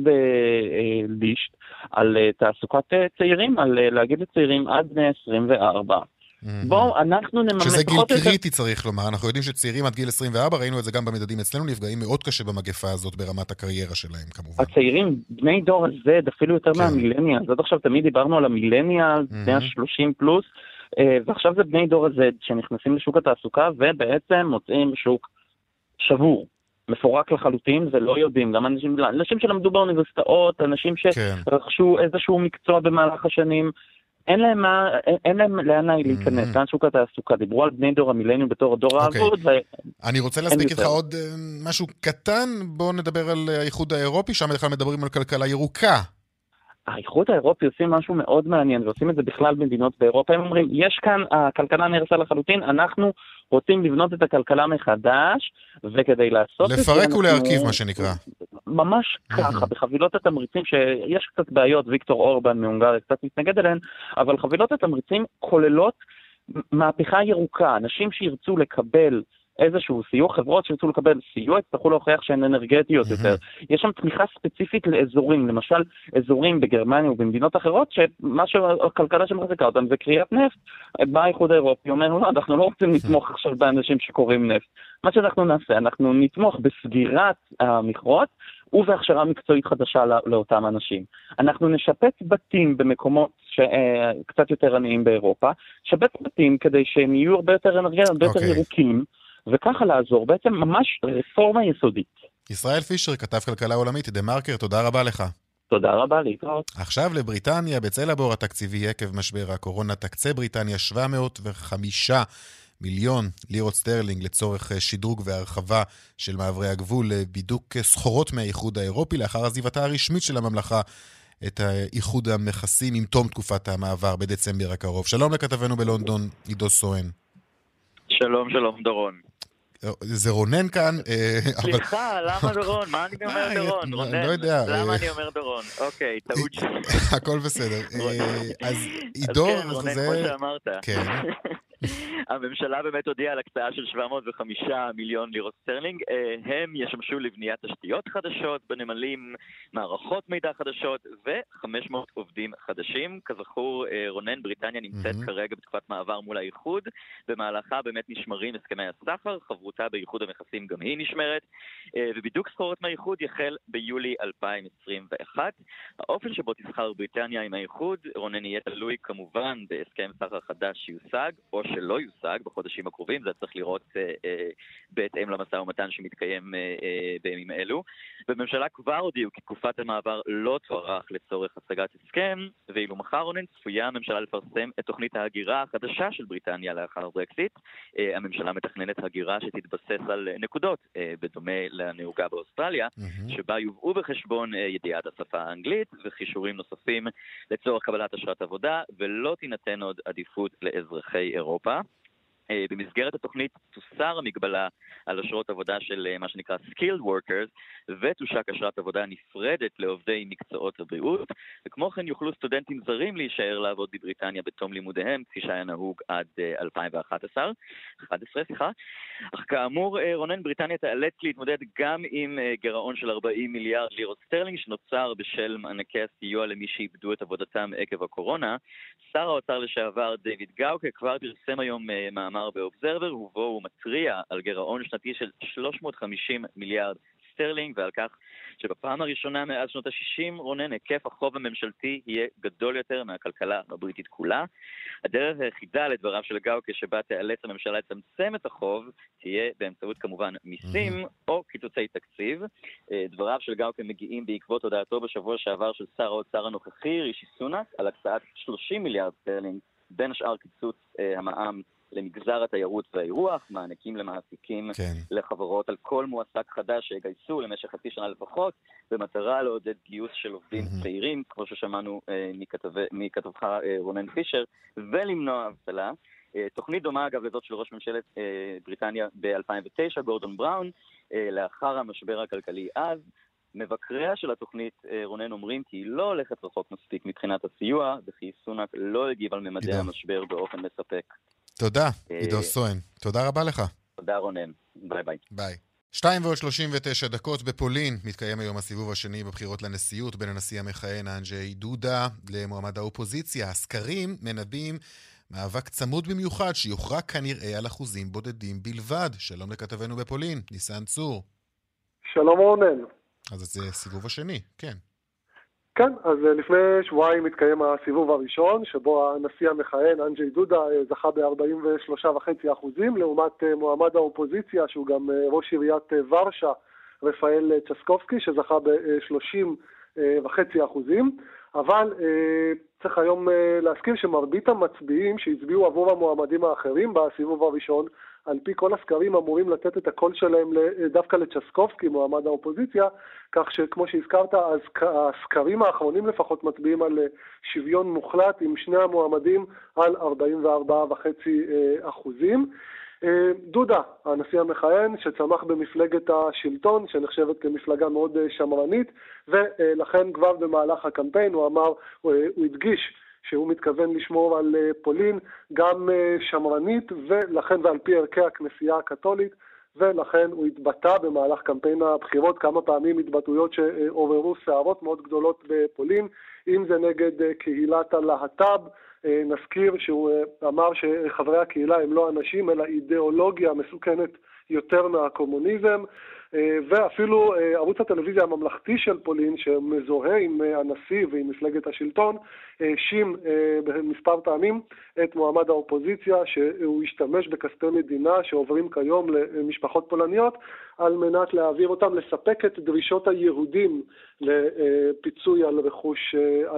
לישט על תעסוקת צעירים, על להגיד לצעירים עד בני 24. בואו, אנחנו נממן... שזה גיל קריטי צריך לומר, אנחנו יודעים שצעירים עד גיל 24, ראינו את זה גם במדדים אצלנו, נפגעים מאוד קשה במגפה הזאת ברמת הקריירה שלהם כמובן. הצעירים, בני דור הזה, אפילו יותר מהמילניה, אז עד עכשיו תמיד דיברנו על המילניה, בני ה-30 פלוס, ועכשיו זה בני דור הזה שנכנסים לשוק התעסוקה, ובעצם מוצאים שוק שבור. מפורק לחלוטין ולא יודעים, גם אנשים שלמדו באוניברסיטאות, אנשים שרכשו איזשהו מקצוע במהלך השנים, אין להם לאן להיכנס, לאן שוק התעסוקה. דיברו על בני דור המילניום בתור הדור האבוד. אני רוצה להספיק איתך עוד משהו קטן, בואו נדבר על האיחוד האירופי, שם בכלל מדברים על כלכלה ירוקה. האיחוד האירופי עושים משהו מאוד מעניין, ועושים את זה בכלל במדינות באירופה. הם אומרים, יש כאן, הכלכלה נהרסה לחלוטין, אנחנו רוצים לבנות את הכלכלה מחדש, וכדי לעשות את זה... לפרק ולהרכיב, מה שנקרא. ממש ככה, בחבילות התמריצים, שיש קצת בעיות, ויקטור אורבן מהונגריה קצת מתנגד אליהן, אבל חבילות התמריצים כוללות מהפכה ירוקה, אנשים שירצו לקבל איזשהו סיוע, חברות שירצו לקבל סיוע, יצטרכו להוכיח שהן אנרגטיות יותר. יש שם תמיכה ספציפית לאזורים, למשל אזורים בגרמניה ובמדינות אחרות, שמה שהכלכלה שמחזיקה אותם זה קריאת נפט. בא האיחוד האירופי, אומר, לא, אנחנו לא רוצים לתמוך עכשיו באנשים שקוראים נפט. מה שאנחנו נעשה, אנחנו נתמוך בסגירת המכרות, ובהכשרה מקצועית חדשה לאותם אנשים. אנחנו נשפץ בתים במקומות שקצת יותר עניים באירופה, שפץ בתים כדי שהם יהיו הרבה יותר אנרגיה, הרבה יותר ירוקים, וככה לעזור, בעצם ממש רפורמה יסודית. ישראל פישר, כתב כלכלה עולמית, דה מרקר, תודה רבה לך. תודה רבה, להתראות. עכשיו לבריטניה, בצל הבור התקציבי עקב משבר הקורונה, תקצה בריטניה 705 מיליון לירות סטרלינג לצורך שדרוג והרחבה של מעברי הגבול לבידוק סחורות מהאיחוד האירופי, לאחר עזיבתה הרשמית של הממלכה את האיחוד המכסים עם תום תקופת המעבר בדצמבר הקרוב. שלום לכתבנו בלונדון, עידו סואן. שלום, שלום, דורון. זה רונן כאן. סליחה, למה דורון? מה אני אומר דורון? רונן, לא יודע. למה אני אומר דורון? אוקיי, טעות שלי. הכל בסדר. אז עידו, כן, רונן, כמו שאמרת. כן. הממשלה באמת הודיעה על הקצאה של 705 מיליון לירות סטרלינג. הם ישמשו לבניית תשתיות חדשות בנמלים, מערכות מידע חדשות ו500 עובדים חדשים. כזכור, רונן, בריטניה נמצאת כרגע בתקופת מעבר מול האיחוד. במהלכה באמת נשמרים הסכמי הסחר, חברותה באיחוד המכסים גם היא נשמרת, ובידוק סחורות מהאיחוד יחל ביולי 2021. האופן שבו תסחר בריטניה עם האיחוד, רונן, יהיה תלוי כמובן בהסכם סחר חדש שיושג, או שלא יושג בחודשים הקרובים. זה צריך לראות בהתאם למשא ומתן שמתקיים בימים אלו. בממשלה כבר הודיעו כי תקופת המעבר לא תוארך לצורך השגת הסכם, ואילו מחר, רונן, צפויה הממשלה לפרסם את תוכנית ההגירה החדשה של בריטניה לאחר ברקסיט. הממשלה מתכננת הגירה שתתבסס על נקודות, בדומה לנהוגה באוסטרליה, שבה יובאו בחשבון ידיעת השפה האנגלית וכישורים נוספים לצורך קבלת אשרת עבודה, ולא תינתן עוד עדיפות לאזרחי אירופה. במסגרת התוכנית תוסר המגבלה על אשרות עבודה של מה שנקרא skilled workers, ותושק אשרת עבודה נפרדת לעובדי מקצועות הבריאות, וכמו כן יוכלו סטודנטים זרים להישאר לעבוד בבריטניה בתום לימודיהם, כפי שהיה נהוג עד 2011. אך כאמור, רונן, בריטניה תיאלץ להתמודד גם עם גירעון של 40 מיליארד לירות סטרלינג, שנוצר בשל מענקי הסיוע למי שאיבדו את עבודתם עקב הקורונה. שר האוצר לשעבר דיוויד גאוקה כבר פרסם היום מאמר באובזרבר, ובו הוא מטריע על גירעון שנתי של 350 מיליארד סטרלינג, ועל כך שבפעם הראשונה מאז שנות ה-60, רונן, היקף החוב הממשלתי יהיה גדול יותר מהכלכלה הבריטית כולה. הדרך היחידה לדבריו של גאוקה שבה תיאלץ הממשלה לצמצם את החוב, תהיה באמצעות כמובן מיסים או קיצוצי תקציב. דבריו של גאוקה מגיעים בעקבות הודעתו בשבוע שעבר של שר האוצר הנוכחי, רישי סונאק, על הקצאת 30 מיליארד סטרלינג, בין השאר קיצוץ המע"מ למגזר התיירות והאירוח, מענקים למעסיקים, לחברות על כל מועסק חדש שיגייסו למשך חצי שנה לפחות, במטרה לעודד גיוס של עובדים צעירים, כמו ששמענו מכתבך רונן פישר, ולמנוע אבטלה. תוכנית דומה אגב לזאת של ראש ממשלת בריטניה ב-2009, גורדון בראון, לאחר המשבר הכלכלי אז. מבקריה של התוכנית, רונן, אומרים כי היא לא הולכת רחוק מספיק מבחינת הסיוע, וכי סונאק לא הגיב על ממדי המשבר באופן מספק. תודה, עידו סואן. תודה רבה לך. תודה, רונן. ביי ביי. ביי. 2:39 בפולין מתקיים היום הסיבוב השני בבחירות לנשיאות בין הנשיא המכהן אנג'י דודה למועמד האופוזיציה. הסקרים מנבאים מאבק צמוד במיוחד שיוכרע כנראה על אחוזים בודדים בלבד. שלום לכתבנו בפולין, ניסן צור. שלום רונן. אז זה סיבוב השני, כן. כן, אז לפני שבועיים התקיים הסיבוב הראשון, שבו הנשיא המכהן, אנג'י דודה, זכה ב-43.5%, לעומת מועמד האופוזיציה, שהוא גם ראש עיריית ורשה, רפאל צ'סקובסקי, שזכה ב-30.5%. אבל צריך היום להזכיר שמרבית המצביעים שהצביעו עבור המועמדים האחרים בסיבוב הראשון, על פי כל הסקרים אמורים לתת את הקול שלהם דווקא לצ'סקובסקי, מועמד האופוזיציה, כך שכמו שהזכרת, אז הסקרים האחרונים לפחות מצביעים על שוויון מוחלט עם שני המועמדים על 44.5%. דודה, הנשיא המכהן, שצמח במפלגת השלטון, שנחשבת כמפלגה מאוד שמרנית, ולכן כבר במהלך הקמפיין הוא אמר, הוא הדגיש שהוא מתכוון לשמור על פולין גם שמרנית, ולכן ועל פי ערכי הכנסייה הקתולית, ולכן הוא התבטא במהלך קמפיין הבחירות כמה פעמים התבטאויות שעוררו שערות מאוד גדולות בפולין, אם זה נגד קהילת הלהט"ב. נזכיר שהוא אמר שחברי הקהילה הם לא אנשים אלא אידיאולוגיה מסוכנת יותר מהקומוניזם, ואפילו ערוץ הטלוויזיה הממלכתי של פולין שמזוהה עם הנשיא ועם מפלגת השלטון האשים במספר פעמים את מועמד האופוזיציה שהוא השתמש בכספי מדינה שעוברים כיום למשפחות פולניות על מנת להעביר אותם לספק את דרישות היהודים לפיצוי על רכוש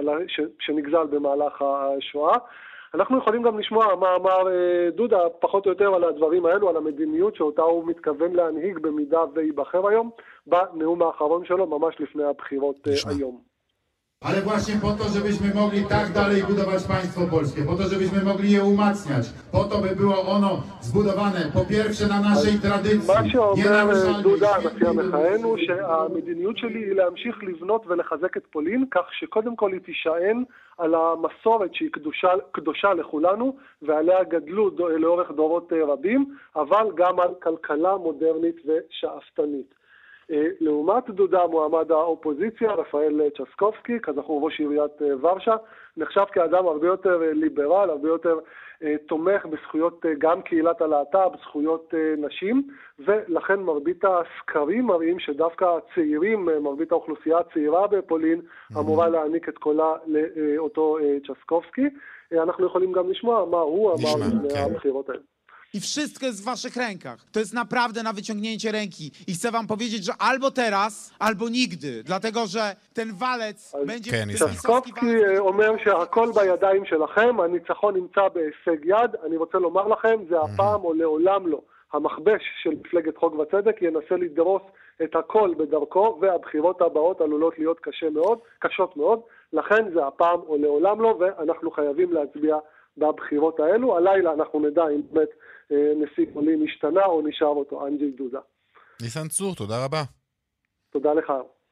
שנגזל במהלך השואה. אנחנו יכולים גם לשמוע מה אמר דודה פחות או יותר על הדברים האלו, על המדיניות שאותה הוא מתכוון להנהיג במידה וייבחר היום, בנאום האחרון שלו ממש לפני הבחירות היום. Ale właśnie po to, żebyśmy mogli tak dalej budować państwo polskie, po to, żebyśmy mogli je umacniać, po to, by było ono zbudowane po pierwsze na naszej tradycji. מה שאומר דודה, הנשיא המכהן, הוא שהמדיניות שלי היא להמשיך לבנות ולחזק את פולין, כך שקודם כל היא תישען על המסורת שהיא קדושה לכולנו, ועליה גדלו לאורך דורות רבים, אבל גם על כלכלה מודרנית ושאפתנית. לעומת דודה מועמד האופוזיציה, רפאל צ'סקובסקי, כזכור ראש עיריית ורשה, נחשב כאדם הרבה יותר ליברל, הרבה יותר תומך בזכויות גם קהילת הלהט"ב, זכויות נשים, ולכן מרבית הסקרים מראים שדווקא הצעירים, מרבית האוכלוסייה הצעירה בפולין, אמורה להעניק את קולה לאותו צ'סקובסקי. אנחנו יכולים גם לשמוע מה הוא אמר לפני הבחירות האלה. I wszystko jest w waszych rękach. To jest naprawdę na wyciągnięcie ręki. I chcę wam powiedzieć, że albo teraz, albo nigdy. Dlatego, że ten walec będzie... צ'סקובסקי אומר שהכל בידיים שלכם, הניצחון נמצא בהישג יד. אני רוצה לומר לכם, זה הפעם או לעולם לא. המכבש של מפלגת חוק וצדק ינסה לדרוס את הכל בדרכו, והבחירות הבאות עלולות להיות קשות מאוד, לכן זה הפעם או לעולם לא, ואנחנו חייבים להצביע בבחירות האלו. הלילה אנחנו נדע אם באמת נשיא פולין השתנה או נשאר אותו אנג'י דודה. ניסן צור, תודה רבה. תודה לך.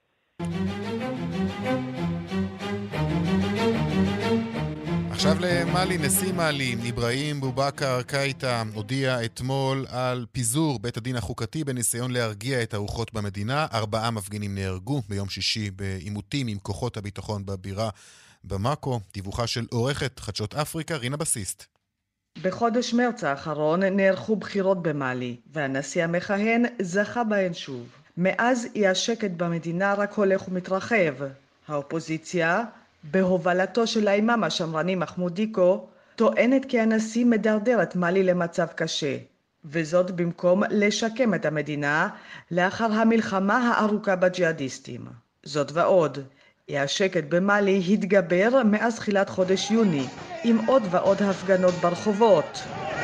עכשיו למאלי, נשיא מאלי, אברהים בובקר קייטה, הודיע אתמול על פיזור בית הדין החוקתי בניסיון להרגיע את הרוחות במדינה. 4 מפגינים נהרגו ביום שישי בעימותים עם כוחות הביטחון בבירה במאקו. דיווחה של עורכת חדשות אפריקה, רינה בסיסט. בחודש מרץ האחרון נערכו בחירות במאלי, והנשיא המכהן זכה בהן שוב. מאז אי השקט במדינה רק הולך ומתרחב. האופוזיציה, בהובלתו של האימאם השמרני מחמוד דיקו, טוענת כי הנשיא מדרדר את מאלי למצב קשה, וזאת במקום לשקם את המדינה לאחר המלחמה הארוכה בג'יהאדיסטים. זאת ועוד, אי השקט במאלי התגבר מאז תחילת חודש יוני, עם עוד ועוד הפגנות ברחובות.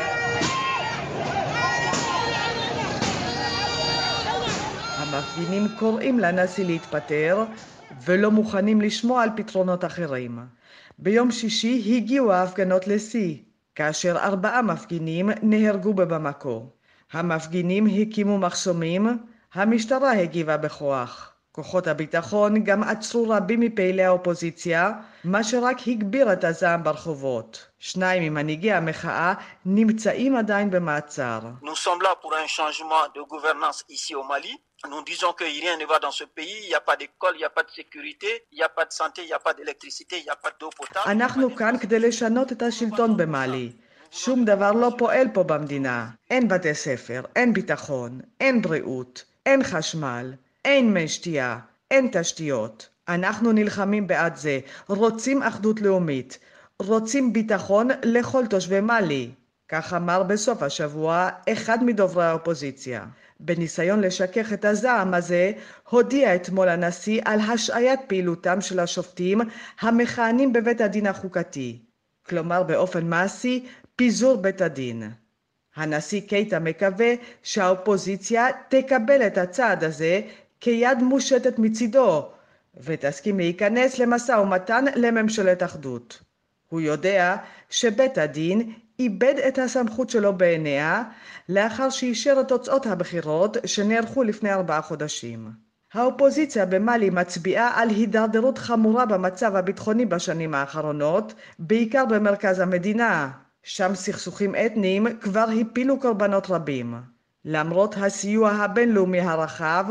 המפגינים קוראים לנשיא להתפטר, ולא מוכנים לשמוע על פתרונות אחרים. ביום שישי הגיעו ההפגנות לשיא, כאשר 4 מפגינים נהרגו בבמקו. המפגינים הקימו מחסומים, המשטרה הגיבה בכוח. כוחות הביטחון גם עצרו רבים מפעילי האופוזיציה, מה שרק הגביר את הזעם ברחובות. 2 ממנהיגי המחאה נמצאים עדיין במעצר. Nous sommes là pour un changement de gouvernance ici au Mali. Nous disons que rien ne va dans ce pays, il n'y a pas d'école, il n'y a pas de sécurité, il n'y a pas de santé, il n'y a pas d'électricité, il n'y a pas d'eau potable. אנחנו כאן כדי לשנות את השלטון במאלי. שום דבר לא פועל פה במדינה. אין בתי ספר, אין ביטחון, אין בריאות, אין חשמל, אין מי שתייה, אין תשתיות. אנחנו נלחמים בעד זה, רוצים אחדות לאומית, רוצים ביטחון לכל תושבי מאלי. כך אמר בסוף השבוע אחד מדוברי האופוזיציה. בניסיון לשכך את הזעם הזה, הודיע אתמול הנשיא על השעיית פעילותם של השופטים המכהנים בבית הדין החוקתי. כלומר באופן מעשי, פיזור בית הדין. הנשיא קייטה מקווה שהאופוזיציה תקבל את הצעד הזה כיד מושטת מצידו, ותסכים להיכנס למשא ומתן לממשלת אחדות. הוא יודע שבית הדין איבד את הסמכות שלו בעיניה לאחר שאישר את תוצאות הבחירות שנערכו לפני 4 חודשים. האופוזיציה במאלי מצביעה על הידרדרות חמורה במצב הביטחוני בשנים האחרונות, בעיקר במרכז המדינה. שם סכסוכים אתניים כבר הפילו קורבנות רבים. למרות הסיוע הבינלאומי הרחב,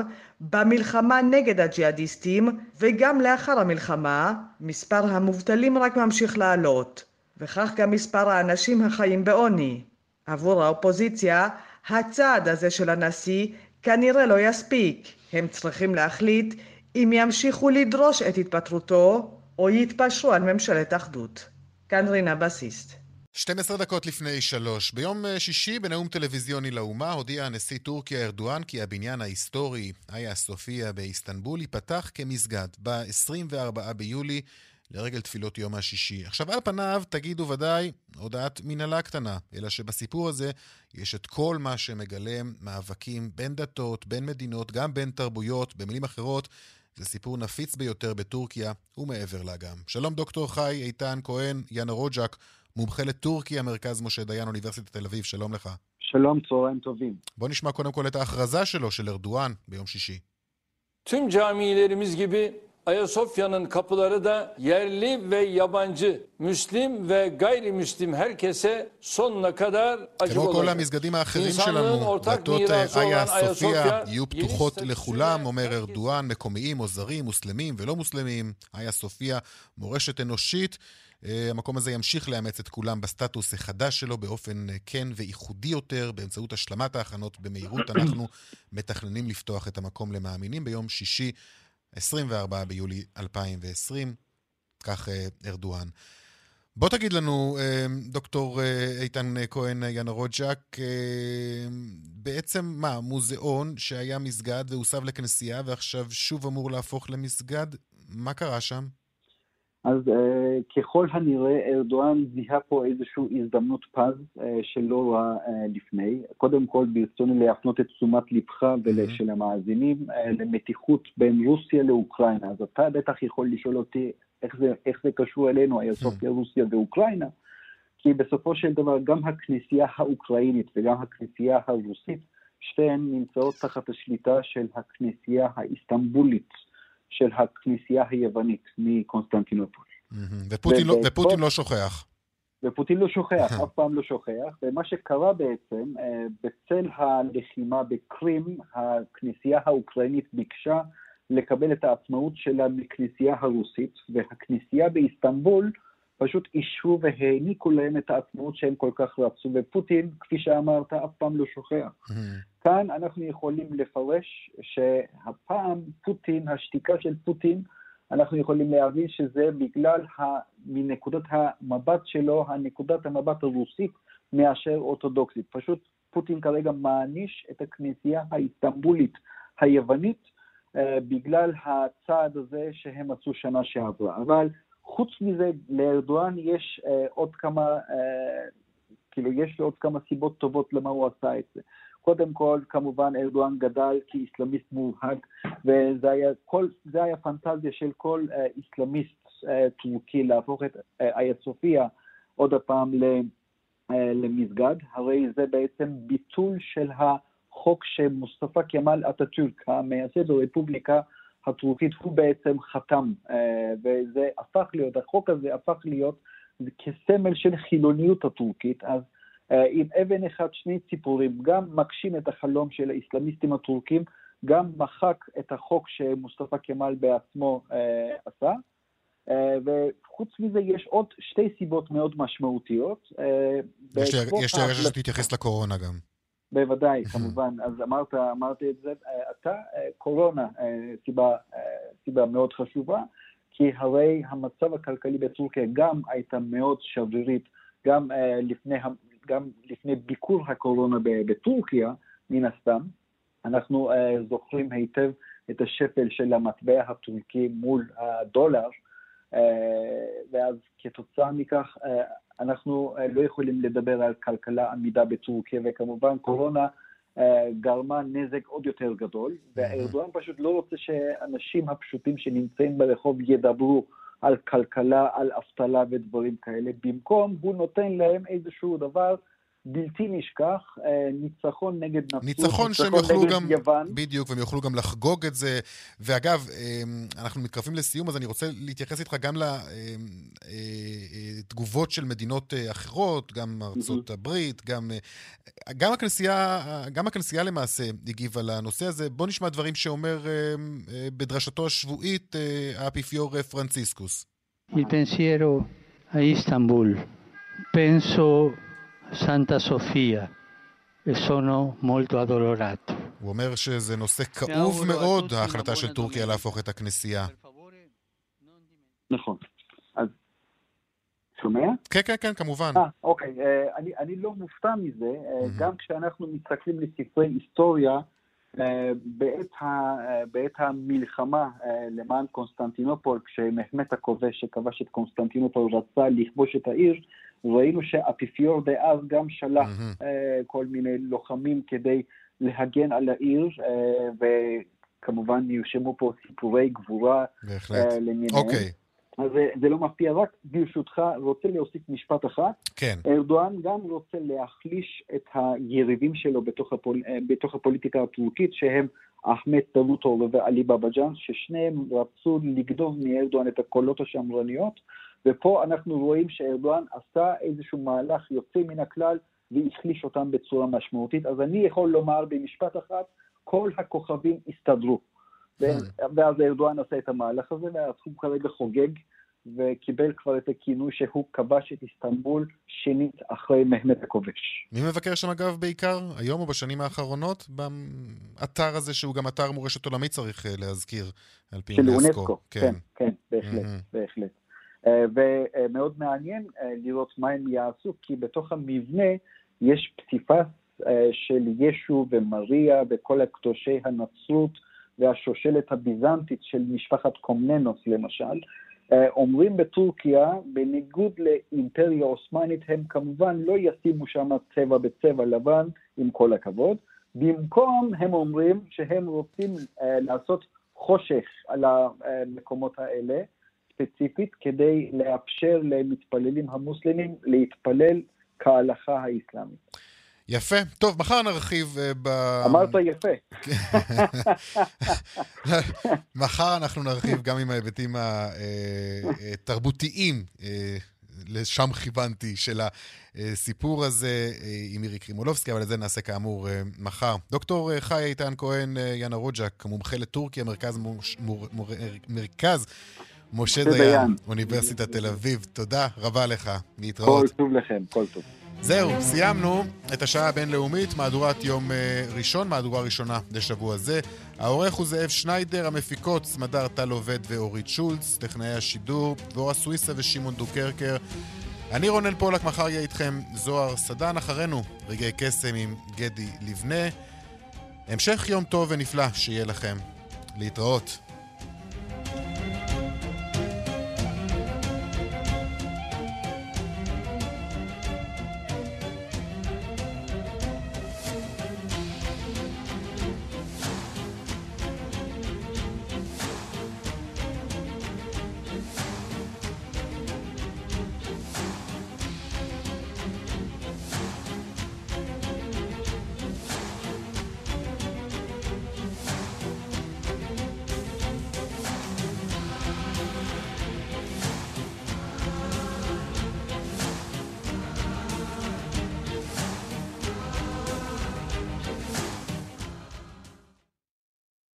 במלחמה נגד הג'יהאדיסטים וגם לאחר המלחמה, מספר המובטלים רק ממשיך לעלות. וכך גם מספר האנשים החיים בעוני. עבור האופוזיציה, הצעד הזה של הנשיא כנראה לא יספיק. הם צריכים להחליט אם ימשיכו לדרוש את התפטרותו או יתפשרו על ממשלת אחדות. כאן רינה בסיסט. 12 דקות לפני 3. ביום שישי בנאום טלוויזיוני לאומה הודיע הנשיא טורקיה ארדואן כי הבניין ההיסטורי איה סופיה באיסטנבול ייפתח כמסגד ב-24 ביולי לרגל תפילות יום השישי. עכשיו על פניו תגידו ודאי הודעת מנהלה קטנה, אלא שבסיפור הזה יש את כל מה שמגלם מאבקים בין דתות, בין מדינות, גם בין תרבויות, במילים אחרות זה סיפור נפיץ ביותר בטורקיה ומעבר לה גם. שלום דוקטור חי איתן כהן ינרוג'ק, מומחה לטורקיה, מרכז משה דיין, אוניברסיטת תל אviv, שלום לך. שלום, צהריים טובים. בוא נשמע קודם כל את ההכרזה שלו, של ארדואן, ביום שישי. Tüm camilerimiz gibi Ayasofya'nın kapıları da yerli ve yabancı, Müslim ve gayrimüslim herkese sonuna kadar açık כמו כל olacak. המסגדים האחרים שלנו, דלתות איה סופיה יהיו פתוחות לכולם, אומר ארדואן, מקומיים או זרים, מוסלמים ולא מוסלמים. איה סופיה, מורשת אנושית. המקום הזה ימשיך לאמץ את כולם בסטטוס החדש שלו באופן כן וייחודי יותר, באמצעות השלמת ההכנות במהירות. אנחנו מתכננים לפתוח את המקום למאמינים ביום שישי 24 ביולי 2020, כך ארדואן. בוא תגיד לנו, דוקטור איתן כהן ינרוג'ק, בעצם מה, מוזיאון שהיה מסגד והוסב לכנסייה ועכשיו שוב אמור להפוך למסגד, מה קרה שם? אז ככל הנראה ארדואן זיהה פה איזושהי הזדמנות פז שלא ראה לפני. קודם כל ברצוני להפנות את תשומת לבך ושל המאזינים למתיחות בין רוסיה לאוקראינה. אז אתה בטח יכול לשאול אותי איך זה קשור אלינו, האיירסופיה רוסיה ואוקראינה, כי בסופו של דבר גם הכנסייה האוקראינית וגם הכנסייה הרוסית, שתיהן נמצאות תחת השליטה של הכנסייה האיסטנבולית, של הכנסייה היוונית מקונסטנטינופול. ופוטין לא שוכח. ופוטין לא שוכח, אף פעם לא שוכח, ומה שקרה בעצם, בצל הלחימה בקרים, הכנסייה האוקראינית ביקשה לקבל את העצמאות שלה מכנסייה הרוסית, והכנסייה באיסטנבול פשוט אישרו והעניקו להם את העצמאות שהם כל כך רצו, ופוטין, כפי שאמרת, אף פעם לא שוכח. כאן אנחנו יכולים לפרש שהפעם פוטין, השתיקה של פוטין, אנחנו יכולים להבין שזה בגלל מנקודת המבט שלו, הנקודת המבט הרוסית מאשר אורתודוקסית. פשוט פוטין כרגע מעניש את הכנסייה האיסטנבולית היוונית בגלל הצעד הזה שהם עשו שנה שעברה. אבל חוץ מזה, לארדואן יש עוד כמה סיבות טובות למה הוא עשה את זה. קודם כל, כמובן, ארדואן גדל כאיסלאמיסט מובהק, וזה היה פנטזיה של כל איסלאמיסט טורקי להפוך את איה סופיה עוד הפעם למסגד. הרי זה בעצם ביטול של החוק שמוסטפא כמאל אטאטורק, המייסד הרפובליקה הטורקית, הוא בעצם חתם, וזה הפך להיות, החוק הזה הפך להיות כסמל של חילוניות הטורקית. אז עם אבן אחד שני ציפורים, גם מגשים את החלום של האסלאמיסטים הטורקים, גם מחק את החוק שמוסטפא כמאל בעצמו עשה, וחוץ מזה יש עוד שתי סיבות מאוד משמעותיות. יש לי הרגשה שתתייחס לקורונה גם. בוודאי, כמובן. אז אמרתי את זה, קורונה, סיבה מאוד חשובה, כי הרי המצב הכלכלי בטורקיה גם הייתה מאוד שברירית, גם לפני ביקור הקורונה בטורקיה, מן הסתם, אנחנו זוכרים היטב את השפל של המטבע הטורקי מול הדולר, ואז כתוצאה מכך אנחנו לא יכולים לדבר על כלכלה עמידה בטורקיה, וכמובן קורונה גרמה נזק עוד יותר גדול, וארדואן פשוט לא רוצה שאנשים הפשוטים שנמצאים ברחוב ידברו על כלכלה, על אבטלה ודברים כאלה. במקום הוא נותן להם איזשהו דבר בלתי נשכח, ניצחון נגד נצרות, ניצחון שהם יוכלו גם, יוון. בדיוק, והם יוכלו גם לחגוג את זה. ואגב, אנחנו מתקרבים לסיום, אז אני רוצה להתייחס איתך גם לתגובות של מדינות אחרות, גם ארצות הברית, גם הכנסייה למעשה הגיבה לנושא הזה. בוא נשמע דברים שאומר בדרשתו השבועית האפיפיור פרנציסקוס. Il pensiero a Istanbul. Penso Santa Sofia, e sono molto addolorato. הוא אומר שזה נושא כאוב מאוד, ההחלטה של טורקיה להפוך את הכנסייה. נכון. אז שומע? כן, כמובן. אוקיי, אני לא מופתע מזה, גם כשאנחנו מסתכלים לספרי היסטוריה, בעת המלחמה למען קונסטנטינופול, כשמחמד הכובש שכבש את קונסטנטינופול רצה לכבוש את העיר, ראינו שהאפיפיור דאז גם שלח כל מיני לוחמים כדי להגן על העיר, וכמובן נרשמו פה סיפורי גבורה למיניהם. אוקיי. אז זה לא מפתיע, רק ברשותך רוצה להוסיף משפט אחד. כן. ארדואן גם רוצה להחליש את היריבים שלו בתוך הפוליטיקה הטורקית, שהם אחמד דאבוטאוגלו ועלי באבג'אן, ששניהם רצו לגדוב מארדואן את הקולות השמרניות, ופה אנחנו רואים שארדואן עשה איזשהו מהלך יוצא מן הכלל, והחליש אותם בצורה משמעותית. אז אני יכול לומר במשפט אחד, כל הכוכבים הסתדרו. ואז ארדואן עשה את המהלך הזה, והוא כרגע חוגג, וקיבל כבר את הכינוי שהוא כבש את איסטנבול שנית אחרי מחמד הכובש. מי מבקר שם אגב בעיקר, היום או בשנים האחרונות, באתר הזה שהוא גם אתר מורשת עולמית צריך להזכיר, על פי אונסקו? כן, בהחלט. ומאוד מעניין לראות מה הם יעשו, כי בתוך המבנה יש פסיפס של ישו ומריה וכל הקדושי הנצרות והשושלת הביזנטית של משפחת קומננוס למשל, אומרים בטורקיה, בניגוד לאימפריה אוסמנית, הם כמובן לא ישימו שם צבע בצבע לבן, עם כל הכבוד. במקום הם אומרים שהם רוצים לעשות חושך על המקומות האלה, ספציפית, כדי לאפשר למתפללים המוסלמים להתפלל כהלכה האסלאמית. יפה. טוב, מחר נרחיב אמרת יפה. מחר אנחנו נרחיב גם עם ההיבטים התרבותיים, לשם כיוונתי, של הסיפור הזה עם מירי קרימולובסקי, אבל את זה נעשה כאמור מחר. דוקטור חי איתן כהן ינרוג'ק, מומחה לטורקיה, מרכז משה דיין, אוניברסיטת תל אביב. תודה רבה לך. להתראות. כל טוב לכם, כל טוב. זהו, סיימנו את השעה הבינלאומית, מהדורת יום ראשון, מהדורה ראשונה לשבוע זה. העורך הוא זאב שניידר, המפיקות סמדר טל עובד ואורית שולץ, טכנאי השידור דבורה סוויסה ושמעון דוקרקר. אני רונן פולק, מחר יהיה איתכם זוהר סדן, אחרינו רגעי קסם עם גדי לבנה. המשך יום טוב ונפלא שיהיה לכם. להתראות.